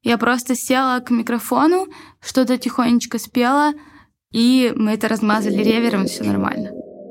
Я просто села к микрофону, что-то тихонечко спела, и мы это размазали ревером, все нормально.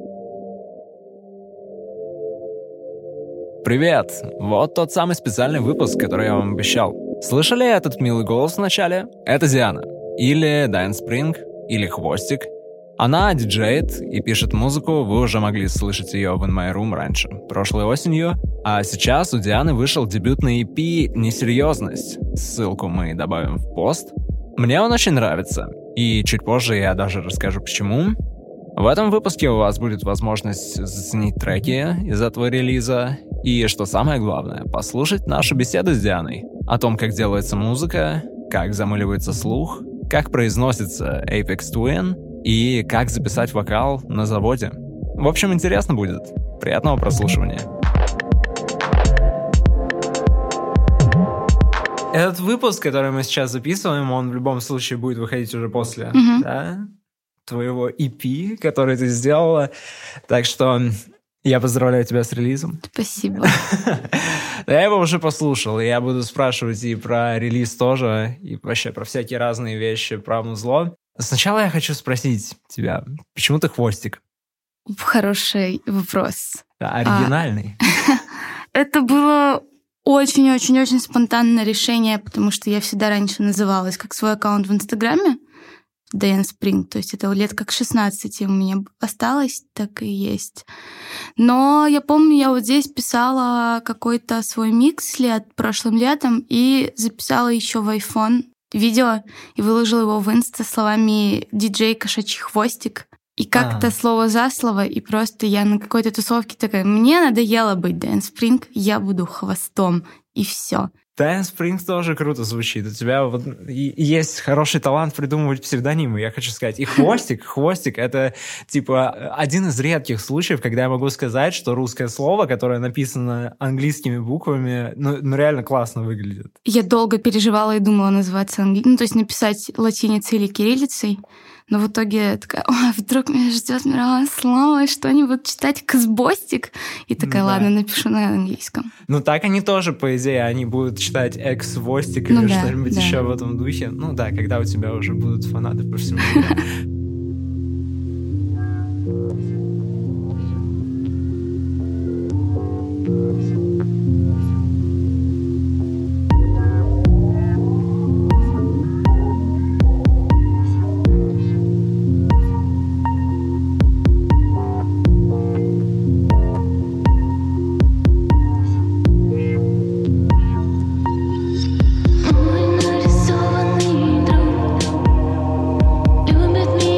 Привет! Вот тот самый специальный выпуск, который я вам обещал. Слышали этот милый голос в начале? Это Диана. Или Дайан Спринг, или Хвостик. Она диджеет и пишет музыку, вы уже могли слышать ее в In My Room раньше, прошлой осенью. А сейчас у Дианы вышел дебютный EP «Несерьезность». Ссылку мы добавим в пост. Мне он очень нравится, и чуть позже я даже расскажу почему. В этом выпуске у вас будет возможность заценить треки из этого релиза и, что самое главное, послушать нашу беседу с Дианой о том, как делается музыка, как замыливается слух, как произносится Aphex Twin и как записать вокал на заводе. В общем, интересно будет. Приятного прослушивания. Этот выпуск, который мы сейчас записываем, он в любом случае будет выходить уже после, да, твоего EP, который ты сделала. Так что я поздравляю тебя с релизом. Спасибо. Да, я его уже послушал, и я буду спрашивать и про релиз тоже, и вообще про всякие разные вещи, про музло. Сначала я хочу спросить тебя, почему ты Хвостик? Хороший вопрос. Да, оригинальный. Это было очень-очень-очень спонтанное решение, потому что я всегда раньше называлась как свой аккаунт в Инстаграме, Дайан Спринг, то есть это лет как 16 у меня осталось, так и есть. Но я помню, я вот здесь писала какой-то свой микс прошлым летом и записала еще в iPhone видео и выложила его в Инста словами «диджей кошачий хвостик». И как-то слово за слово, и просто я на какой-то тусовке такая, мне надоело быть Дайан Спринг, я буду хвостом, и все. Дайан Спринг тоже круто звучит. У тебя вот есть хороший талант придумывать псевдонимы, я хочу сказать. И Хвостик — это типа один из редких случаев, когда я могу сказать, что русское слово, которое написано английскими буквами, ну реально классно выглядит. Я долго переживала и думала называться английским, то есть написать латиницей или кириллицей. Но в итоге такая, вдруг меня ждет мировое слово, что-нибудь читать «ксбостик». И такая, ладно, напишу на английском. Ну так они тоже, по идее, они будут читать «эксвостик» или что-нибудь еще в этом духе. Ну да, когда у тебя уже будут фанаты по всему миру. Нарисованный друг, любит меня.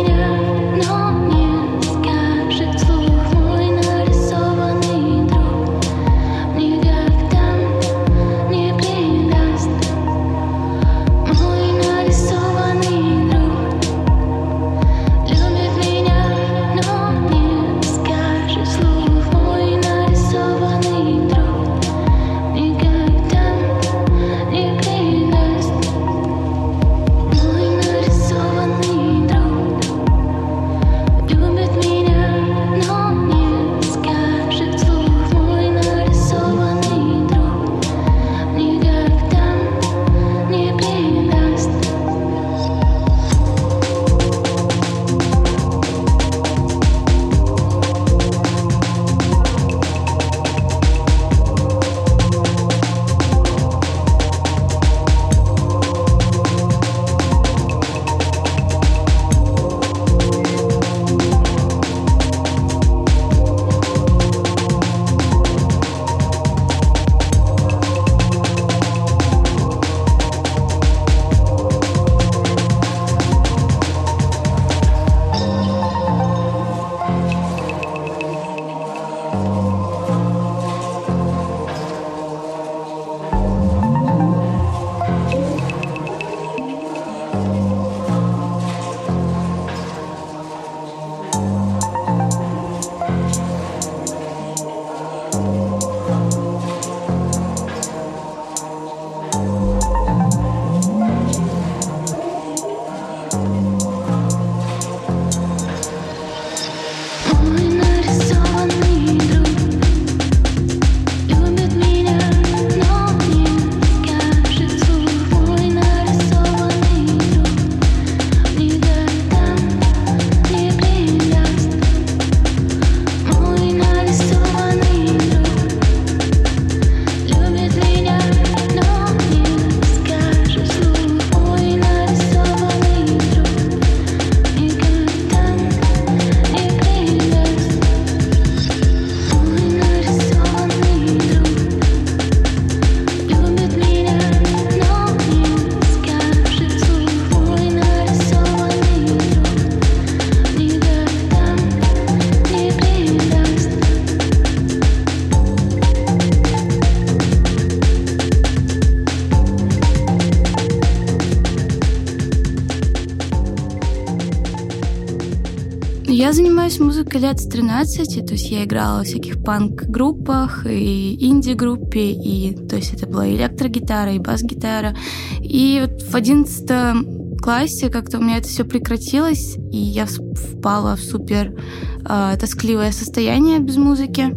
Я занимаюсь музыкой лет с 13, то есть я играла в всяких панк-группах и инди-группе, и то есть это была и электрогитара, и бас-гитара. И вот в 11 классе как-то у меня это все прекратилось, и я впала в супер тоскливое состояние без музыки.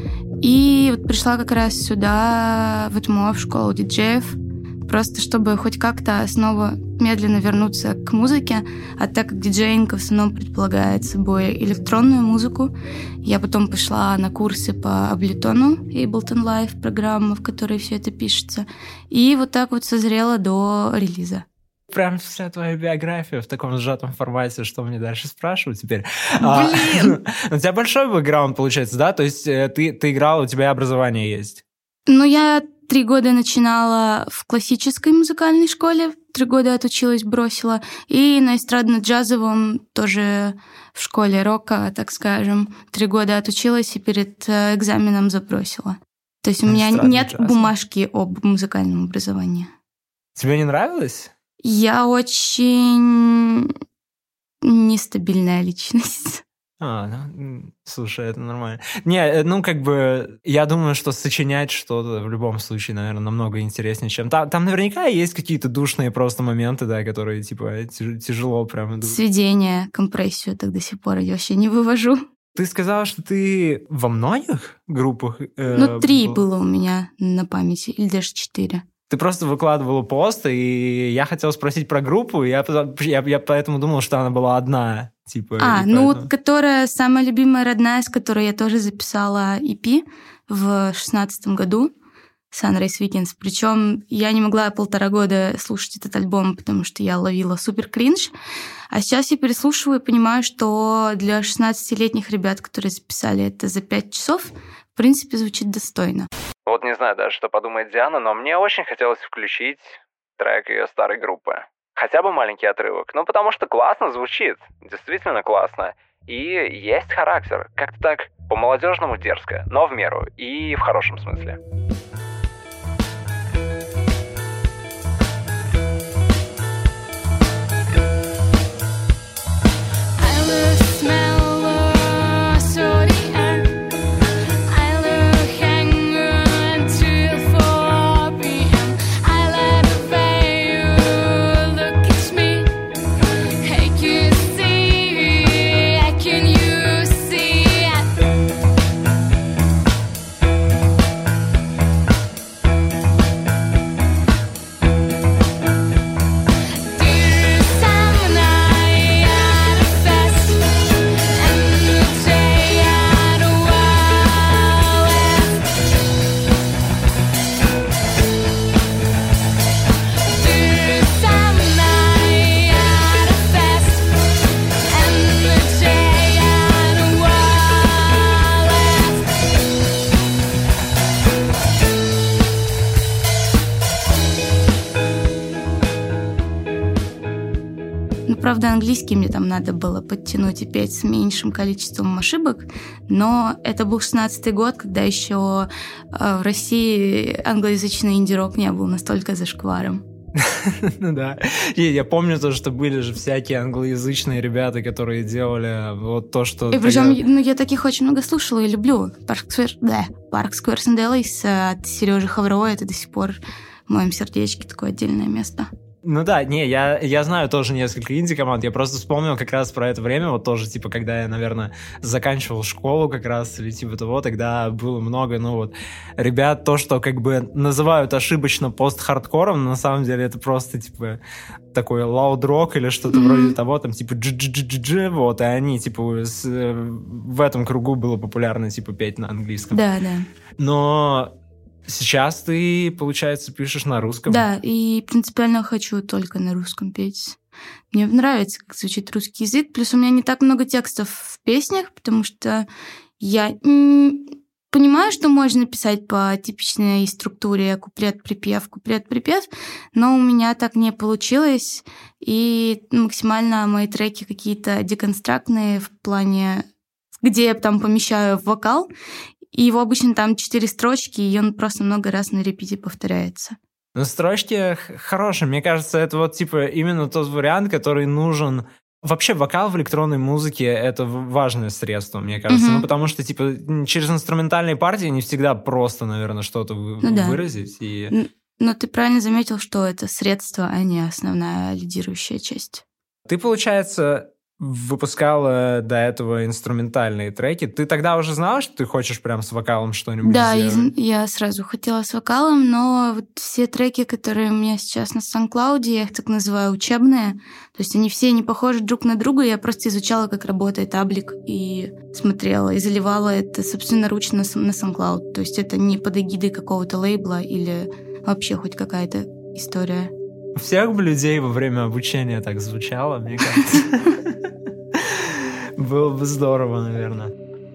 И вот пришла как раз сюда, в ИТМО, в школу диджеев, просто чтобы хоть как-то снова медленно вернуться к музыке, а так как диджеинг в основном предполагает собой электронную музыку, я потом пошла на курсы по Ableton, Ableton Live, программа, в которой все это пишется, и вот так вот созрела до релиза. Прям вся твоя биография в таком сжатом формате, что мне дальше спрашивать теперь. Блин! У тебя большой бэкграунд, получается, да? То есть ты играл, у тебя образование есть? Ну, я 3 года начинала в классической музыкальной школе, 3 года отучилась, бросила, и на эстрадно-джазовом тоже в школе рока, так скажем, 3 года отучилась и перед экзаменом забросила. То есть у меня нет бумажки об музыкальном образовании. Тебе не нравилось? Я очень нестабильная личность. Слушай, это нормально. Не, я думаю, что сочинять что-то в любом случае, наверное, намного интереснее, чем... Там наверняка есть какие-то душные просто моменты, да, которые, типа, тяжело прям идут. Сведение, компрессию так до сих пор я вообще не вывожу. Ты сказала, что ты во многих группах? 3 было у меня на памяти, или даже 4. Ты просто выкладывала пост, и я хотел спросить про группу, и я поэтому думал, что она была одна. Типа, которая самая любимая, родная, с которой я тоже записала EP в 2016 году, Sunrise Weekends. Причем я не могла 1,5 года слушать этот альбом, потому что я ловила супер кринж. А сейчас я переслушиваю и понимаю, что для 16-летних ребят, которые записали это за 5 часов, в принципе, звучит достойно. Вот не знаю даже, что подумает Диана, но мне очень хотелось включить трек ее старой группы. Хотя бы маленький отрывок. Потому что классно звучит. Действительно классно. И есть характер. Как-то так по-молодежному дерзко, но в меру. И в хорошем смысле. Правда, английский мне там надо было подтянуть и петь с меньшим количеством ошибок, но это был 16-й год, когда еще в России англоязычный инди-рок не был настолько зашкваром. Ну да. И я помню то, что были же всякие англоязычные ребята, которые делали вот то, что... И причем я таких очень много слушала и люблю. Park Squares and Alleys от Сережи Хавро, это до сих пор в моем сердечке такое отдельное место. Ну да, я знаю тоже несколько инди-команд, я просто вспомнил как раз про это время, вот тоже, типа, когда я, наверное, заканчивал школу как раз, или типа того, тогда было много, ребят, то, что как бы называют ошибочно пост-хардкором, но на самом деле это просто, типа, такой лауд-рок или что-то вроде того, там, типа, вот, и они, типа, в этом кругу было популярно, типа, петь на английском. Да. Но... Сейчас ты, получается, пишешь на русском? Да, и принципиально хочу только на русском петь. Мне нравится, как звучит русский язык. Плюс у меня не так много текстов в песнях, потому что я понимаю, что можно писать по типичной структуре куплет-припев, куплет-припев, но у меня так не получилось. И максимально мои треки какие-то деконстрактные в плане, где я там помещаю вокал, и его обычно там 4 строчки, и он просто много раз на репите повторяется. Но строчки хорошие. Мне кажется, это вот типа именно тот вариант, который нужен Вообще вокал в электронной музыке — это важное средство, мне кажется. Ну, потому что, типа, через инструментальные партии не всегда просто, наверное, что-то выразить. И... Но ты правильно заметил, что это средство, а не основная лидирующая часть. Ты, получается, выпускала до этого инструментальные треки. Ты тогда уже знала, что ты хочешь прям с вокалом что-нибудь сделать? Да, я сразу хотела с вокалом, но вот все треки, которые у меня сейчас на SoundCloud, я их так называю учебные, то есть они все не похожи друг на друга, я просто изучала, как работает Аблик, и смотрела, и заливала это собственноручно на SoundCloud, то есть это не под эгидой какого-то лейбла или вообще хоть какая-то история. У всех бы людей во время обучения так звучало, мне кажется. Было бы здорово, наверное.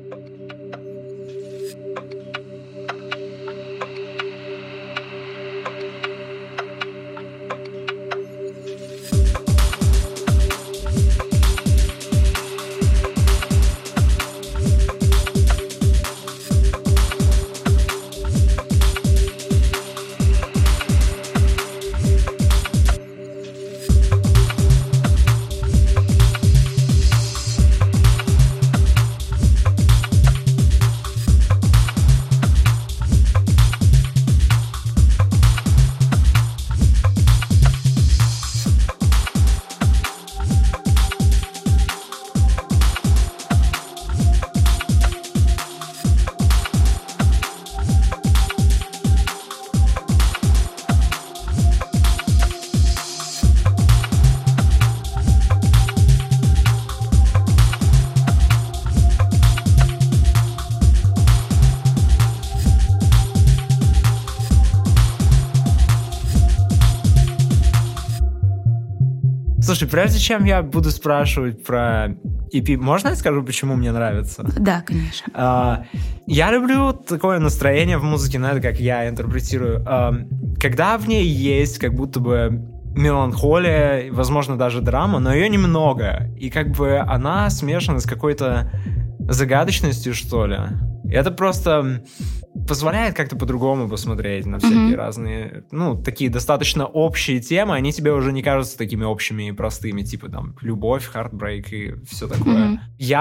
Слушай, прежде чем я буду спрашивать про EP, можно я скажу, почему мне нравится? Да, конечно. Я люблю такое настроение в музыке, но это как я интерпретирую. Когда в ней есть как будто бы меланхолия, возможно, даже драма, но ее немного. И как бы она смешана с какой-то загадочностью, что ли. И это просто позволяет как-то по-другому посмотреть на всякие разные, ну, такие достаточно общие темы, они тебе уже не кажутся такими общими и простыми, типа там любовь, heartbreak и все такое.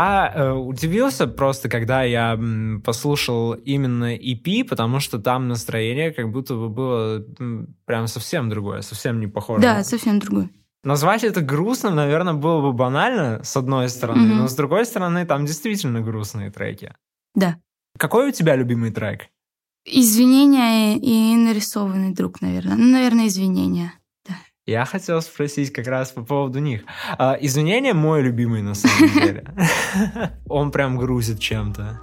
Я удивился просто, когда я послушал именно EP, потому что там настроение как будто бы было прям совсем другое, совсем не похоже. Да, совсем другое. Назвать это грустным, наверное, было бы банально, с одной стороны, но с другой стороны, там действительно грустные треки. Да. Какой у тебя любимый трек? Извинения и нарисованный друг, наверное. Ну, наверное, извинения. Да. Я хотел спросить как раз по поводу них. Извинения мой любимый на самом деле. Он прям грузит чем-то.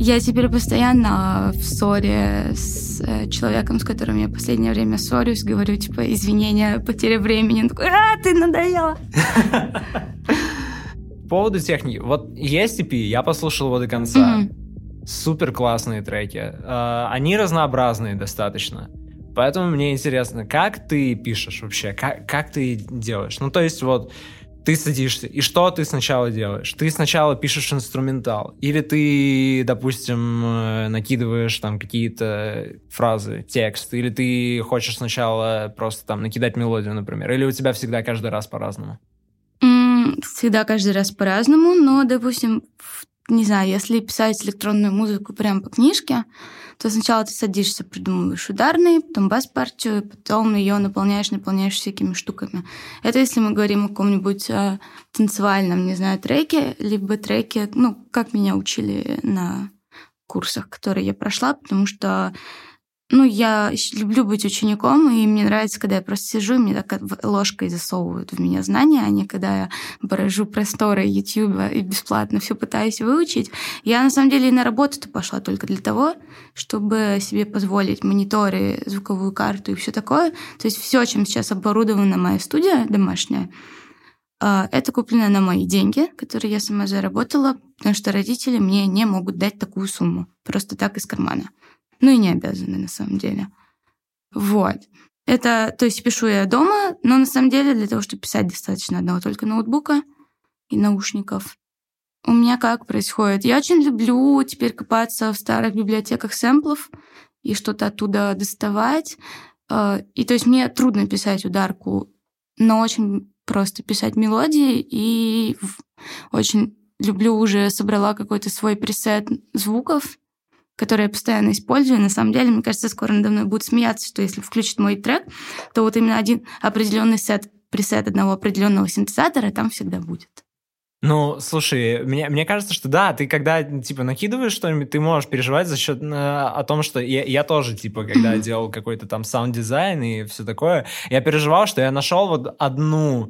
Я теперь постоянно в ссоре с человеком, с которым я в последнее время ссорюсь, говорю, типа, извинения, потеря времени. Он такой, ты надоела. По поводу техники. Вот есть EP, я послушал его до конца. Супер классные треки. Они разнообразные достаточно. Поэтому мне интересно, как ты пишешь вообще? Как ты делаешь? Ну, то есть вот ты садишься, и что ты сначала делаешь? Ты сначала пишешь инструментал, или ты, допустим, накидываешь там какие-то фразы, текст, или ты хочешь сначала просто там накидать мелодию, например, или у тебя всегда каждый раз по-разному? Всегда каждый раз по-разному, но, допустим, не знаю, если писать электронную музыку прямо по книжке, то сначала ты садишься, придумываешь ударные, потом бас-партию, потом ее наполняешь всякими штуками. Это если мы говорим о каком-нибудь танцевальном, не знаю, треке, либо треке, ну, как меня учили на курсах, которые я прошла, потому что я люблю быть учеником, и мне нравится, когда я просто сижу, и мне так ложкой засовывают в меня знания, а не когда я брожу просторы Ютьюба и бесплатно все пытаюсь выучить. Я, на самом деле, и на работу-то пошла только для того, чтобы себе позволить мониторы, звуковую карту и все такое. То есть все, чем сейчас оборудована моя студия домашняя, это куплено на мои деньги, которые я сама заработала, потому что родители мне не могут дать такую сумму просто так из кармана. Ну и не обязаны, на самом деле. Вот. Это, то есть пишу я дома, но на самом деле для того, чтобы писать, достаточно одного только ноутбука и наушников. У меня как происходит? Я очень люблю теперь копаться в старых библиотеках сэмплов и что-то оттуда доставать. И то есть мне трудно писать ударку, но очень просто писать мелодии, и очень люблю, уже собрала какой-то свой пресет звуков, которые я постоянно использую. На самом деле, мне кажется, скоро надо мной будут смеяться, что если включить мой трек, то вот именно один определенный пресет одного определенного синтезатора там всегда будет. Ну, слушай, мне кажется, что да, ты когда, типа, накидываешь что-нибудь, ты можешь переживать за счет о том, что я тоже, типа, когда делал какой-то там саунд-дизайн и все такое, я переживал, что я нашел вот одну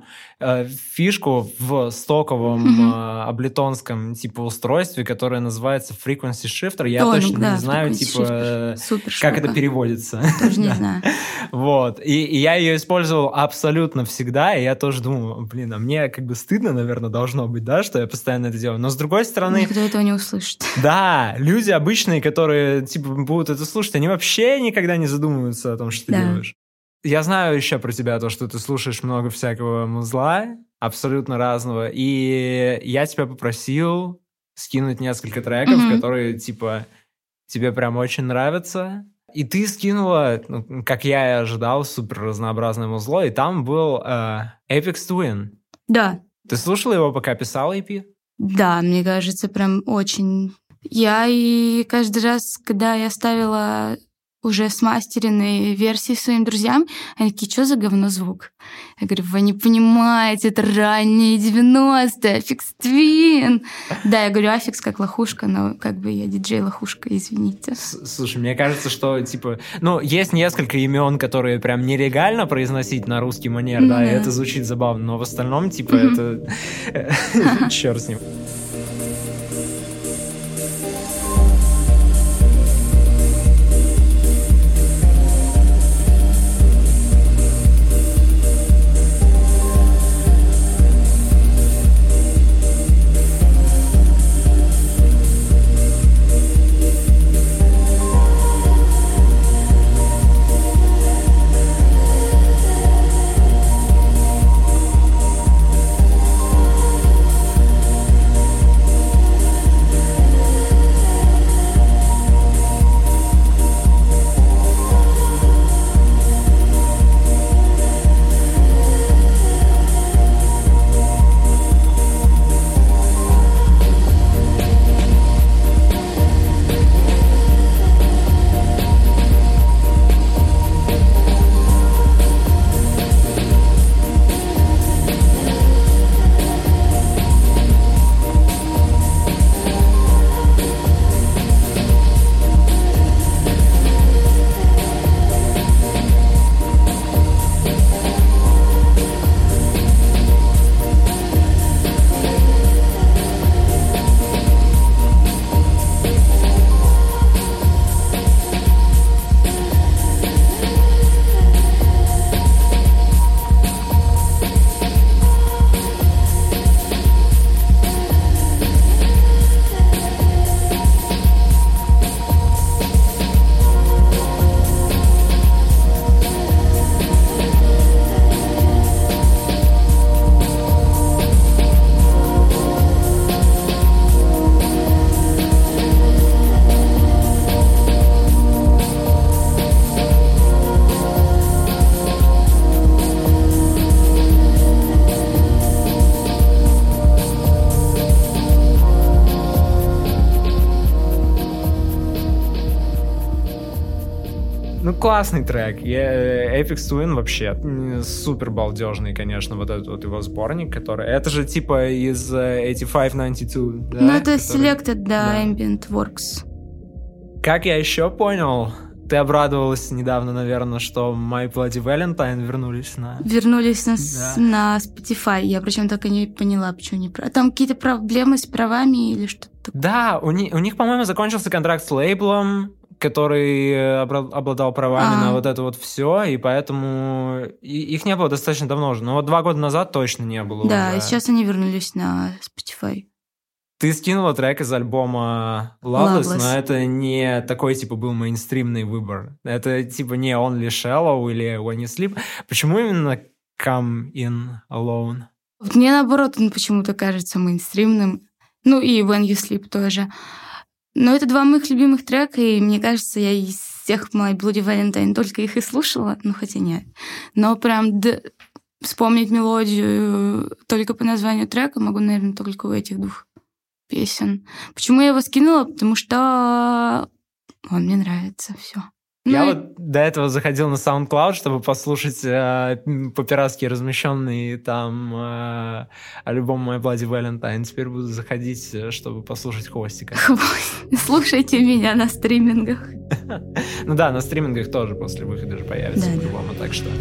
фишку в стоковом аблетонском, типа, устройстве, которое называется Frequency Shifter. Я точно не знаю, типа, как это переводится. Тоже не знаю. Вот. И я ее использовал абсолютно всегда, и я тоже думал, а мне как бы стыдно, наверное, должно быть, да, что я постоянно это делаю. Но с другой стороны... Никто этого не услышит. Да, люди обычные, которые, типа, будут это слушать, они вообще никогда не задумываются о том, что ты делаешь. Я знаю еще про тебя то, что ты слушаешь много всякого музла, абсолютно разного, и я тебя попросил скинуть несколько треков, которые, типа, тебе прям очень нравятся. И ты скинула, как я и ожидал, супер разнообразное музло, и там был Aphex Twin. Да. Ты слушала его, пока писала EP? Да, мне кажется, прям очень. Я и каждый раз, когда я ставила уже смастеренные версии своим друзьям, они такие, что за говно звук? Я говорю, вы не понимаете, это ранние 90-е, Aphex Twin. Да, я говорю, Aphex как лохушка, но как бы я диджей-лохушка, извините. Слушай, мне кажется, что, типа, есть несколько имен, которые прям нелегально произносить на русский манер, да, и это звучит забавно, но в остальном, типа, это... Черт с ним. Ну, классный трек. Aphex Twin вообще супер балдежный, конечно, вот этот вот его сборник, который... Это же типа из 8592, да? Ну, это Selected, да, Ambient Works. Как я еще понял, ты обрадовалась недавно, наверное, что My Bloody Valentine вернулись на Spotify. Я причем так и не поняла, почему не... Там какие-то проблемы с правами или что-то такое? Да, у них, по-моему, закончился контракт с лейблом, который обладал правами на вот это вот все, и поэтому их не было достаточно давно уже. Но вот 2 года назад точно не было. Да, уже. И сейчас они вернулись на Spotify. Ты скинула трек из альбома Loveless, но это не такой, типа, был мейнстримный выбор. Это, типа, не Only Shallow или When You Sleep. Почему именно Come In Alone? Мне, наоборот, он почему-то кажется мейнстримным. Ну, и When You Sleep тоже. Но это 2 моих любимых трека, и мне кажется, я из всех My Bloody Valentine только их и слушала, ну, хотя нет. Но прям вспомнить мелодию только по названию трека могу, наверное, только у этих 2 песен. Почему я его скинула? Потому что он мне нравится, все. Я вот до этого заходил на SoundCloud, чтобы послушать по-пиратски размещенный там альбом My Bloody Valentine. Теперь буду заходить, чтобы послушать Хвостика. Слушайте меня на стримингах. Ну да, на стримингах тоже после выхода же появится по-любому, так что...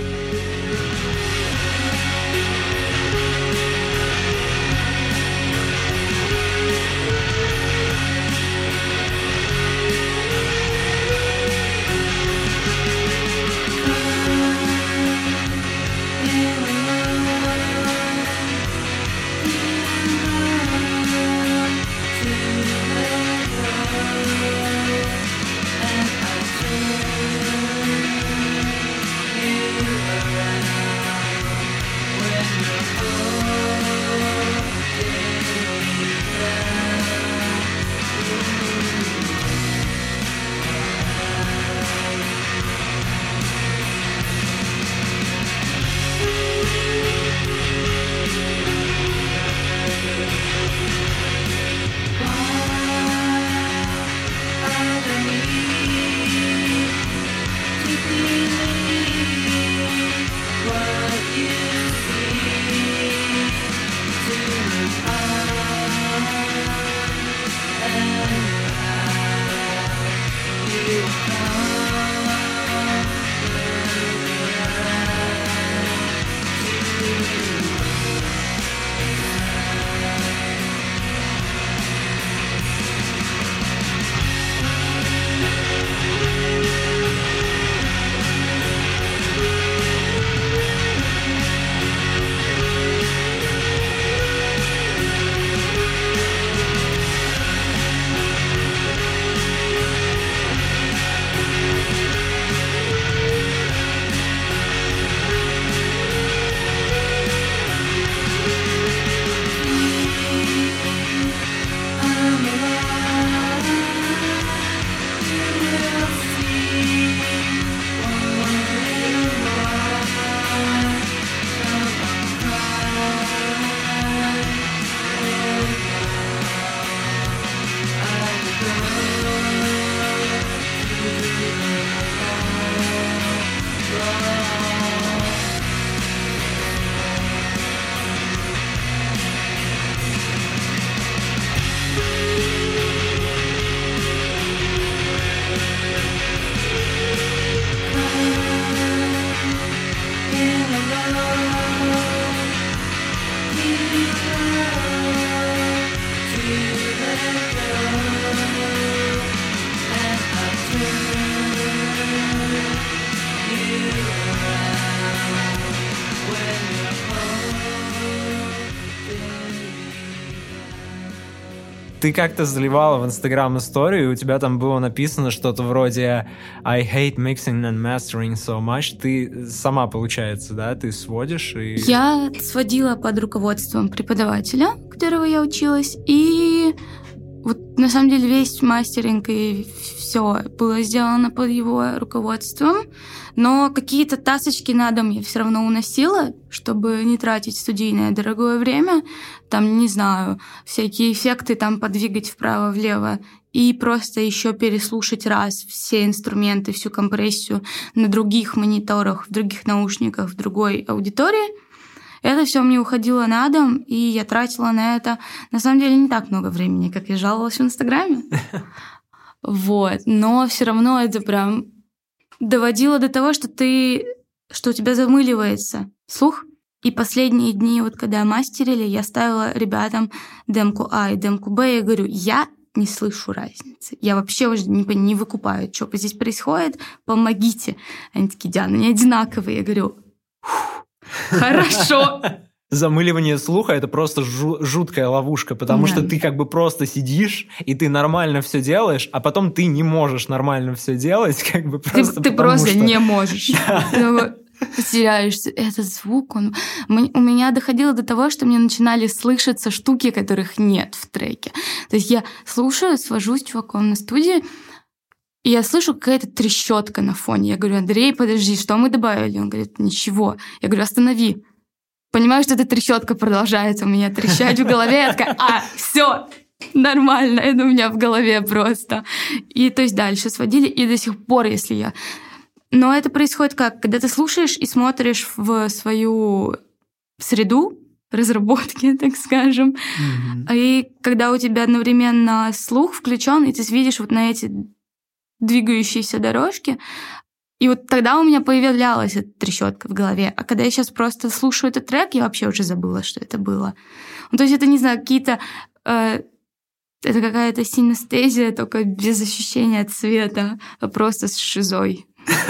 Ты как-то заливала в Instagram историю, и у тебя там было написано что-то вроде I hate mixing and mastering so much. Ты сама, получается, да? Ты сводишь и... Я сводила под руководством преподавателя, которого я училась, и Вот на самом деле весь мастеринг и все было сделано под его руководством, но какие-то тасочки на дом я все равно уносила, чтобы не тратить студийное дорогое время. Там, не знаю, всякие эффекты там подвигать вправо-влево и просто еще переслушать раз все инструменты, всю компрессию на других мониторах, в других наушниках, в другой аудитории. Это все мне уходило на дом, и я тратила на это, на самом деле, не так много времени, как я жаловалась в Инстаграме. Вот. Но все равно это прям доводило до того, что у тебя замыливается слух. И последние дни, вот когда мастерили, я ставила ребятам демку А и демку Б, я говорю, я не слышу разницы. Я вообще уже не выкупаю, что здесь происходит, помогите. Они такие, Диана, они одинаковые. Я говорю, хорошо. Замыливание слуха — это просто жуткая ловушка, потому что ты как бы просто сидишь, и ты нормально все делаешь, а потом ты не можешь нормально все делать, как бы просто ты просто не можешь. Теряешься. Этот звук, у меня доходило до того, что мне начинали слышаться штуки, которых нет в треке. То есть я слушаю, свожусь с чуваком на студии, и я слышу какая-то трещотка на фоне. Я говорю, Андрей, подожди, что мы добавили? Он говорит, ничего. Я говорю, останови. Понимаю, что эта трещотка продолжает у меня трещать в голове. Я такая, все, нормально, это у меня в голове просто. И то есть дальше сводили, и до сих пор, если я... Но это происходит как? Когда ты слушаешь и смотришь в свою среду разработки, так скажем, и когда у тебя одновременно слух включен, и ты видишь вот на эти двигающиеся дорожки, и вот тогда у меня появлялась эта трещотка в голове. А когда я сейчас просто слушаю этот трек, я вообще уже забыла, что это было. Ну, то есть это, не знаю, какие-то... это какая-то синестезия, только без ощущения цвета, а просто с шизой.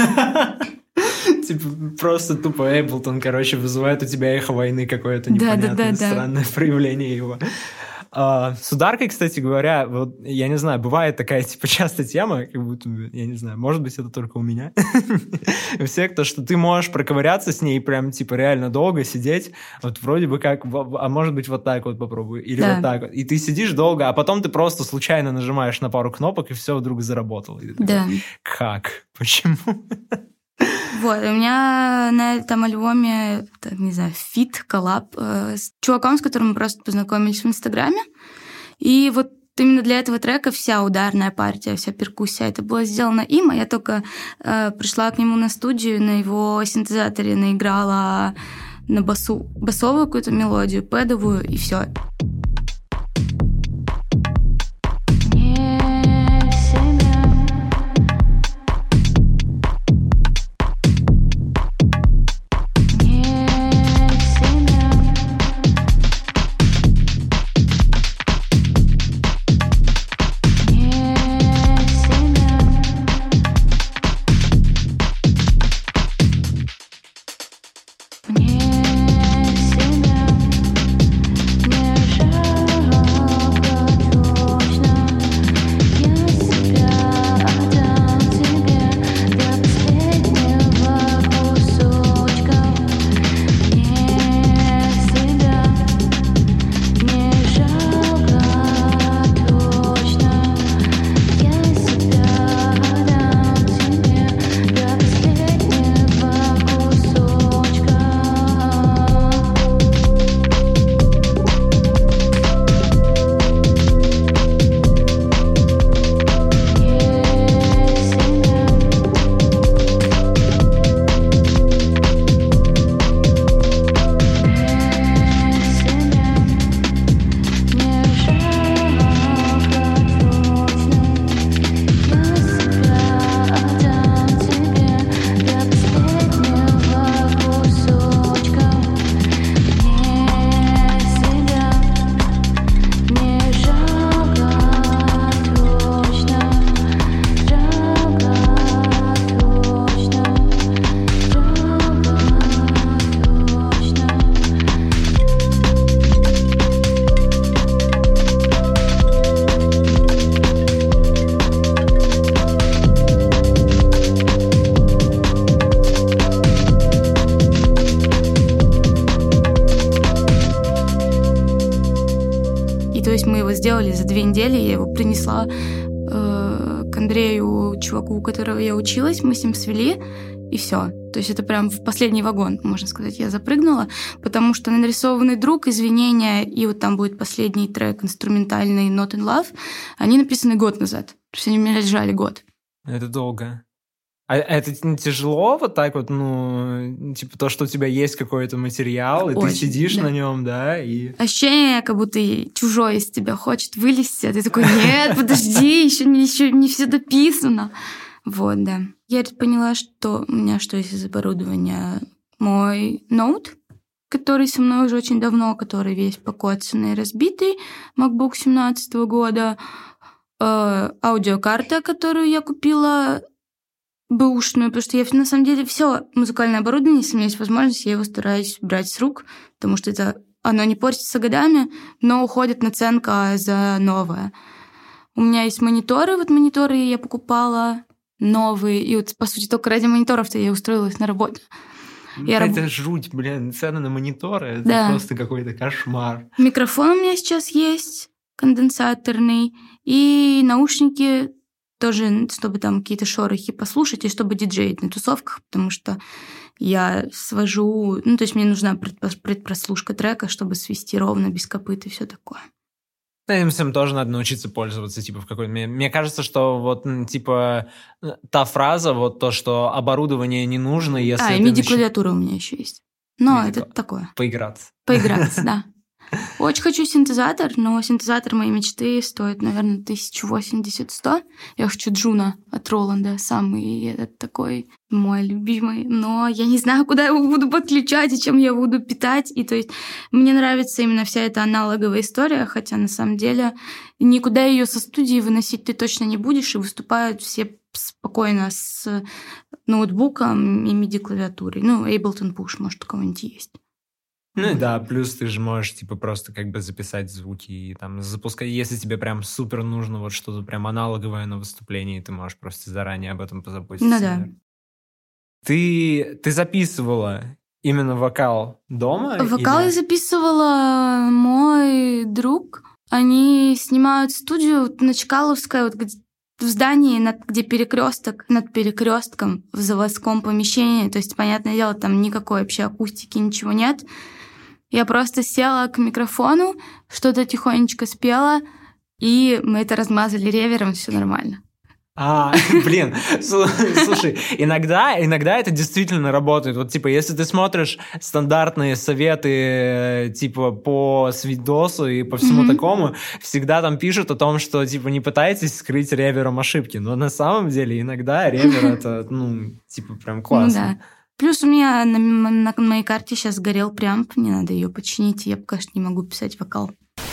Типа просто тупо Эйблтон, короче, вызывает у тебя эхо войны какое-то непонятное, странное проявление его. С ударкой, кстати говоря, вот, я не знаю, бывает такая, типа, частая тема, как будто, я не знаю, может быть, это только у меня. У всех то, что ты можешь проковыряться с ней прям, типа, реально долго сидеть, вот вроде бы как, а может быть, вот так вот попробую, или вот так вот. И ты сидишь долго, а потом ты просто случайно нажимаешь на пару кнопок, и все вдруг заработало. Да. Как? Почему? Вот, у меня на этом альбоме, не знаю, фит, коллаб с чуваком, с которым мы просто познакомились в Инстаграме. И вот именно для этого трека вся ударная партия, вся перкуссия, это было сделано им, а я только пришла к нему на студию, на его синтезаторе наиграла на басовую какую-то мелодию, пэдовую, и все. Мне себя не жаль. сделали за 2 недели. Я его принесла к Андрею, чуваку, у которого я училась. Мы с ним свели, и все. То есть это прям в последний вагон, можно сказать, я запрыгнула, потому что «Нарисованный друг», «Извинения» и вот там будет последний трек инструментальный «Not in Love», они написаны год назад. То есть они у меня лежали год. Это долго. А это не тяжело вот так вот, ну, типа то, что у тебя есть какой-то материал, и очень, ты сидишь да. на нем, да, и... Ощущение, как будто чужой из тебя хочет вылезти, а ты такой, нет, подожди, еще не все дописано. Вот, да. Я поняла, что у меня что есть из оборудования. Мой ноут, который со мной уже очень давно, который весь покоцанный, разбитый, MacBook 17 года, аудиокарта, которую я купила бэушную, потому что я, на самом деле, все музыкальное оборудование, если у меня есть возможность, я его стараюсь брать с рук, потому что оно не портится годами, но уходит наценка за новое. У меня есть мониторы, вот мониторы я покупала новые, и вот, по сути, только ради мониторов-то я устроилась на работу. Это жуть, блин, цены на мониторы, это просто какой-то кошмар. Микрофон у меня сейчас есть, конденсаторный, и наушники тоже, чтобы там какие-то шорохи послушать, и чтобы диджеить на тусовках, потому что я свожу... Ну, то есть мне нужна предпрослушка трека, чтобы свести ровно, без копыт и все такое. Этим всем тоже надо научиться пользоваться, типа, в какой-то... Мне кажется, что вот, типа, та фраза, вот то, что оборудование не нужно, если... и MIDI-клавиатура у меня еще есть. Но это такое. Поиграться. Поиграться, да. Очень хочу синтезатор, но синтезатор моей мечты стоит, наверное, 1080-100. Я хочу Джуна от Роланда, самый этот такой мой любимый. Но я не знаю, куда я его буду подключать и чем я буду питать. И то есть мне нравится именно вся эта аналоговая история, хотя на самом деле никуда ее со студии выносить ты точно не будешь, и выступают все спокойно с ноутбуком и MIDI-клавиатурой. Ну, Ableton Push, может, у кого-нибудь есть. Ну и да, плюс ты же можешь, типа, просто как бы записать звуки и там запускать, если тебе прям супер нужно вот что-то прям аналоговое на выступлении, ты можешь просто заранее об этом позаботиться. Ну да. Ты записывала именно вокал дома? Вокал я записывала мой друг. Они снимают студию на Чкаловской, вот в здании, где перекресток, над перекрестком в заводском помещении. То есть, понятное дело, там никакой вообще акустики, ничего нет. Я просто села к микрофону, что-то тихонечко спела, и мы это размазали ревером, все нормально. Блин, слушай, иногда это действительно работает. Вот, типа, если ты смотришь стандартные советы, типа, по свидосу и по всему такому, всегда там пишут о том, что, типа, не пытайтесь скрыть ревером ошибки. Но на самом деле иногда ревер это, типа, прям классно. Ну да. Плюс у меня на моей карте сейчас сгорел преамп, мне надо ее починить, и я пока что не могу писать вокал.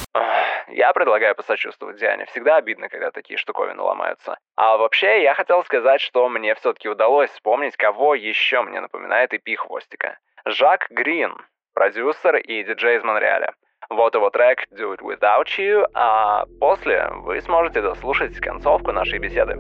Я предлагаю посочувствовать Диане. Всегда обидно, когда такие штуковины ломаются. А вообще, я хотел сказать, что мне все-таки удалось вспомнить, кого еще мне напоминает EP Хвостика. Жак Грин, продюсер и диджей из Монреаля. Вот его трек «Do It Without You», а после вы сможете дослушать концовку нашей беседы.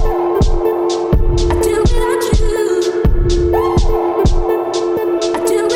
Do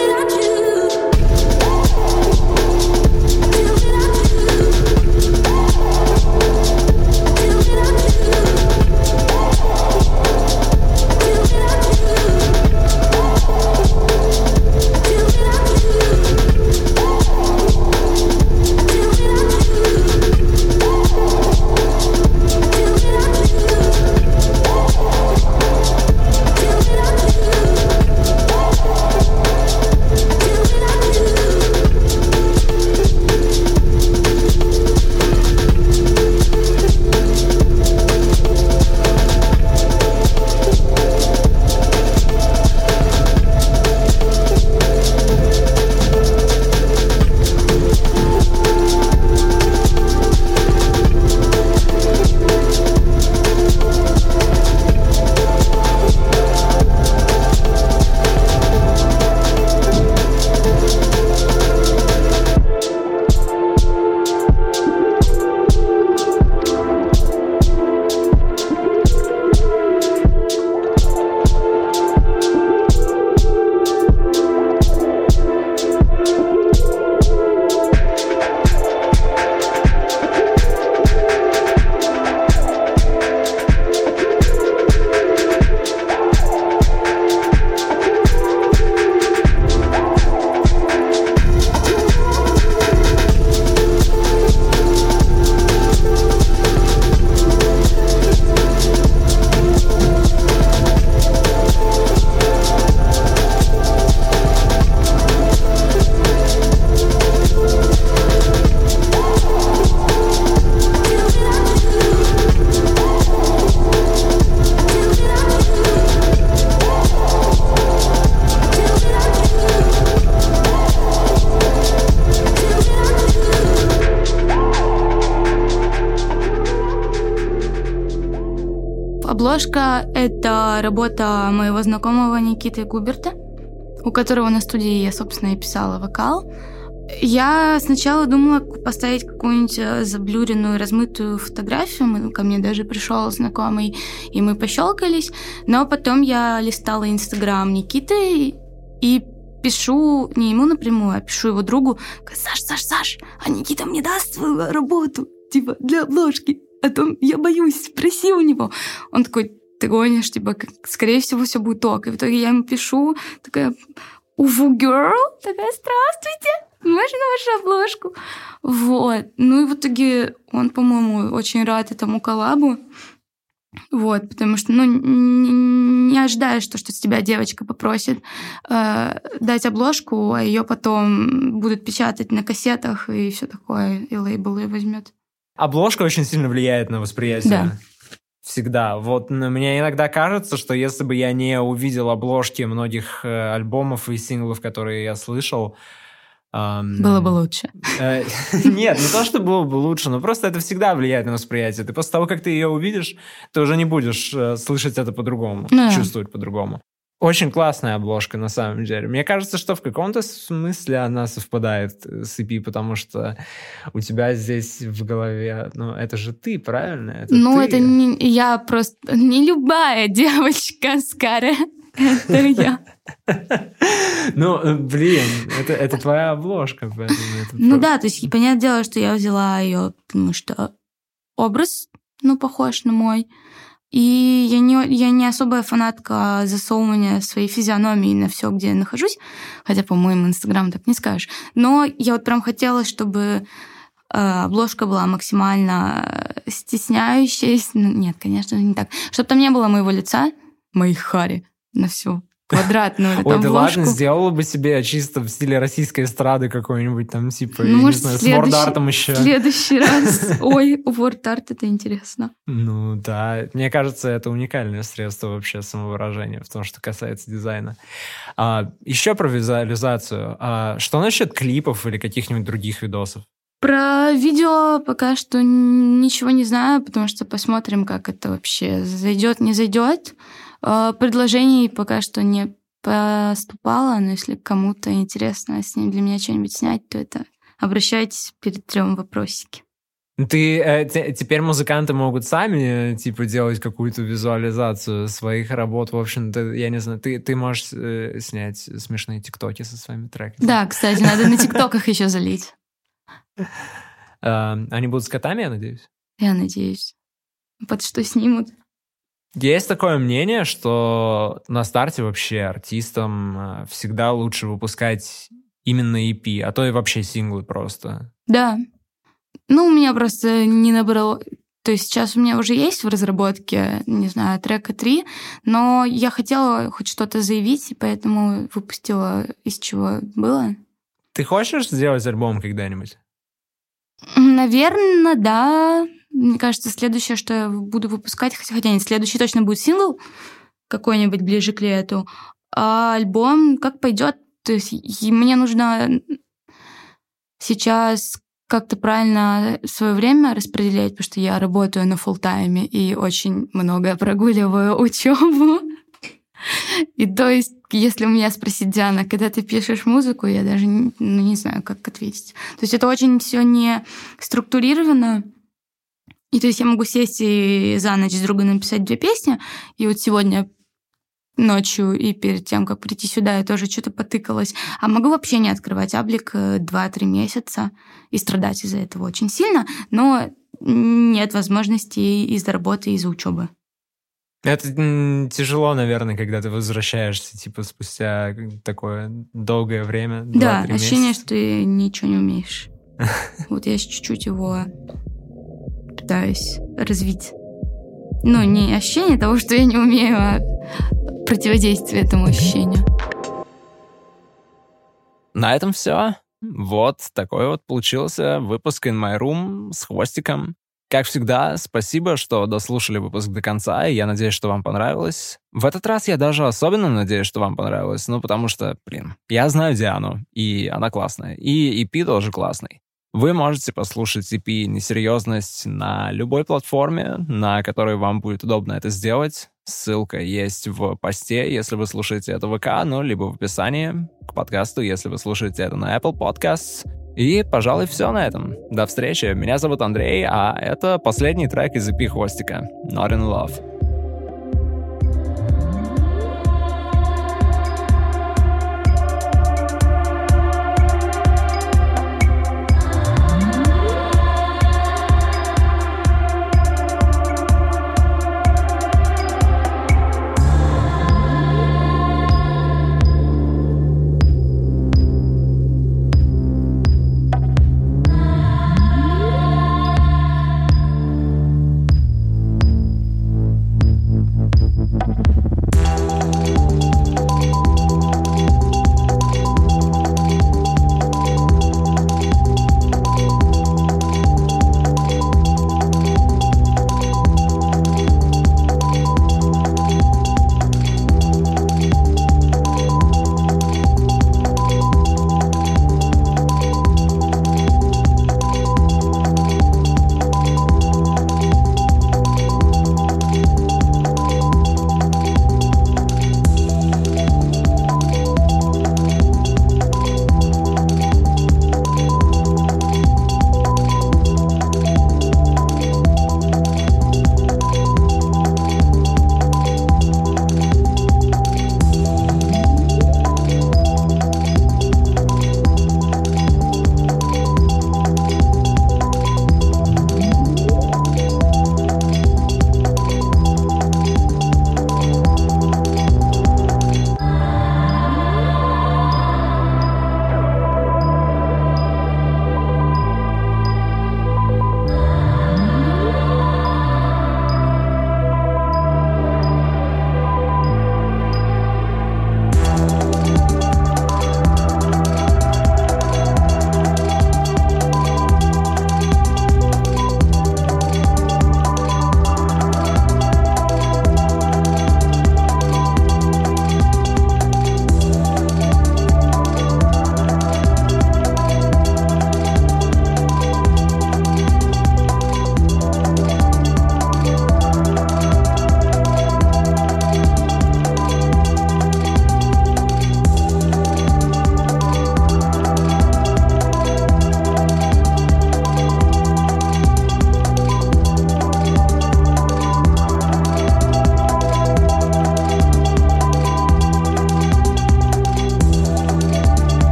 Обложка — это работа моего знакомого Никиты Губерта, у которого на студии я, собственно, и писала вокал. Я сначала думала поставить какую-нибудь заблюренную, размытую фотографию. Ко мне даже пришел знакомый, и мы пощелкались. Но потом я листала Инстаграм Никиты и пишу не ему напрямую, а пишу его другу: Саш, а Никита мне даст свою работу, типа, для обложки? А то я боюсь, спроси у него. Он такой: ты гонишь, типа, скорее всего, все будет ок. И в итоге я ему пишу, такая: уву, girl, такая: здравствуйте, можно вашу обложку? Вот. Ну и в итоге он, по-моему, очень рад этому коллабу. Вот, потому что, не ожидаешь, что с тебя девочка попросит дать обложку, а ее потом будут печатать на кассетах и все такое, и лейбл ее возьмет. Обложка очень сильно влияет на восприятие. Да. Всегда. Вот мне иногда кажется, что если бы я не увидел обложки многих альбомов и синглов, которые я слышал... Было бы лучше. Нет, не то, что было бы лучше, но просто это всегда влияет на восприятие. Ты после того, как ты ее увидишь, ты уже не будешь слышать это по-другому, чувствовать по-другому. Очень классная обложка, на самом деле. Мне кажется, что в каком-то смысле она совпадает с EP, потому что у тебя здесь в голове... Ну, это же ты, правильно? Это это не... Я просто... Не любая девочка с каре. Это я. Ну, блин, это твоя обложка. Да, то есть, понятное дело, что я взяла ее, потому что образ, похож на мой. И я не особая фанатка засовывания своей физиономии на все, где я нахожусь. Хотя, по-моему, Инстаграм так не скажешь. Но я вот прям хотела, чтобы обложка была максимально стесняющаяся. Нет, конечно, не так. Чтобы там не было моего лица, моих хари на всю квадратную обложку. Ой, да ладно, сделала бы себе чисто в стиле российской эстрады какой-нибудь там, типа, я может, не знаю, с ворд-артом еще. В следующий раз. Ой, ворд-арт, это интересно. Ну да, мне кажется, это уникальное средство вообще самовыражения в том, что касается дизайна. Еще про визуализацию. Что насчет клипов или каких-нибудь других видосов? Про видео пока что ничего не знаю, потому что посмотрим, как это вообще зайдет, не зайдет. Предложений пока что не поступало, но если кому-то интересно с ним для меня что-нибудь снять, то это обращайтесь перед 3 вопросики. Теперь музыканты могут сами, типа, делать какую-то визуализацию своих работ. В общем-то, я не знаю, ты можешь снять смешные тиктоки со своими треками. Да, кстати, надо на тиктоках еще залить. Они будут с котами, я надеюсь? Я надеюсь. Под что снимут? Есть такое мнение, что на старте вообще артистам всегда лучше выпускать именно EP, а то и вообще синглы просто. Да. У меня просто не набрало... То есть сейчас у меня уже есть в разработке, не знаю, трека 3, но я хотела хоть что-то заявить, и поэтому выпустила из чего было. Ты хочешь сделать альбом когда-нибудь? Наверное, да. Мне кажется, следующее, что я буду выпускать, хотя нет, следующий точно будет сингл какой-нибудь ближе к лету, а альбом как пойдет. То есть мне нужно сейчас как-то правильно свое время распределять, потому что я работаю на фулл-тайме и очень много прогуливаю учебу. И то есть, если у меня спросить: Диана, когда ты пишешь музыку, я даже не знаю, как ответить. То есть это очень все не структурировано. И то есть я могу сесть и за ночь с другом написать 2 песни, и вот сегодня ночью и перед тем, как прийти сюда, я тоже что-то потыкалась. А могу вообще не открывать Аблик 2-3 месяца и страдать из-за этого очень сильно, но нет возможности из-за работы, из-за учебы. Это тяжело, наверное, когда ты возвращаешься, типа, спустя такое долгое время. Да, ощущение, что ты ничего не умеешь. Вот я чуть-чуть его пытаюсь развить. Не ощущение того, что я не умею, а противодействие этому ощущению. На этом все. Вот такой вот получился выпуск In My Room с Хвостиком. Как всегда, спасибо, что дослушали выпуск до конца, и я надеюсь, что вам понравилось. В этот раз я даже особенно надеюсь, что вам понравилось, потому что, я знаю Диану, и она классная, и EP тоже классный. Вы можете послушать EP «Несерьезность» на любой платформе, на которой вам будет удобно это сделать. Ссылка есть в посте, если вы слушаете это в ВК, ну, либо в описании к подкасту, если вы слушаете это на Apple Podcasts. И, пожалуй, все на этом. До встречи. Меня зовут Андрей, а это последний трек из EP Хвостика «Not in Love».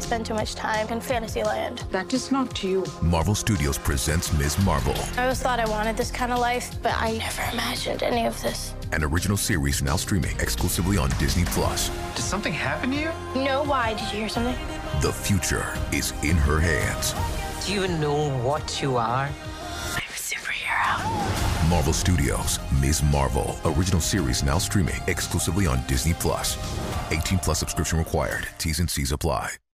spend too much time in Fantasyland. That is not you. Marvel Studios presents Ms. Marvel. I always thought I wanted this kind of life, but I never imagined any of this. An original series now streaming exclusively on Disney+. Did something happen to you? No, why? Did you hear something? The future is in her hands. Do you know what you are? I'm a superhero. Marvel Studios, Ms. Marvel. Original series now streaming exclusively on Disney+. 18+ subscription required. T's and C's apply.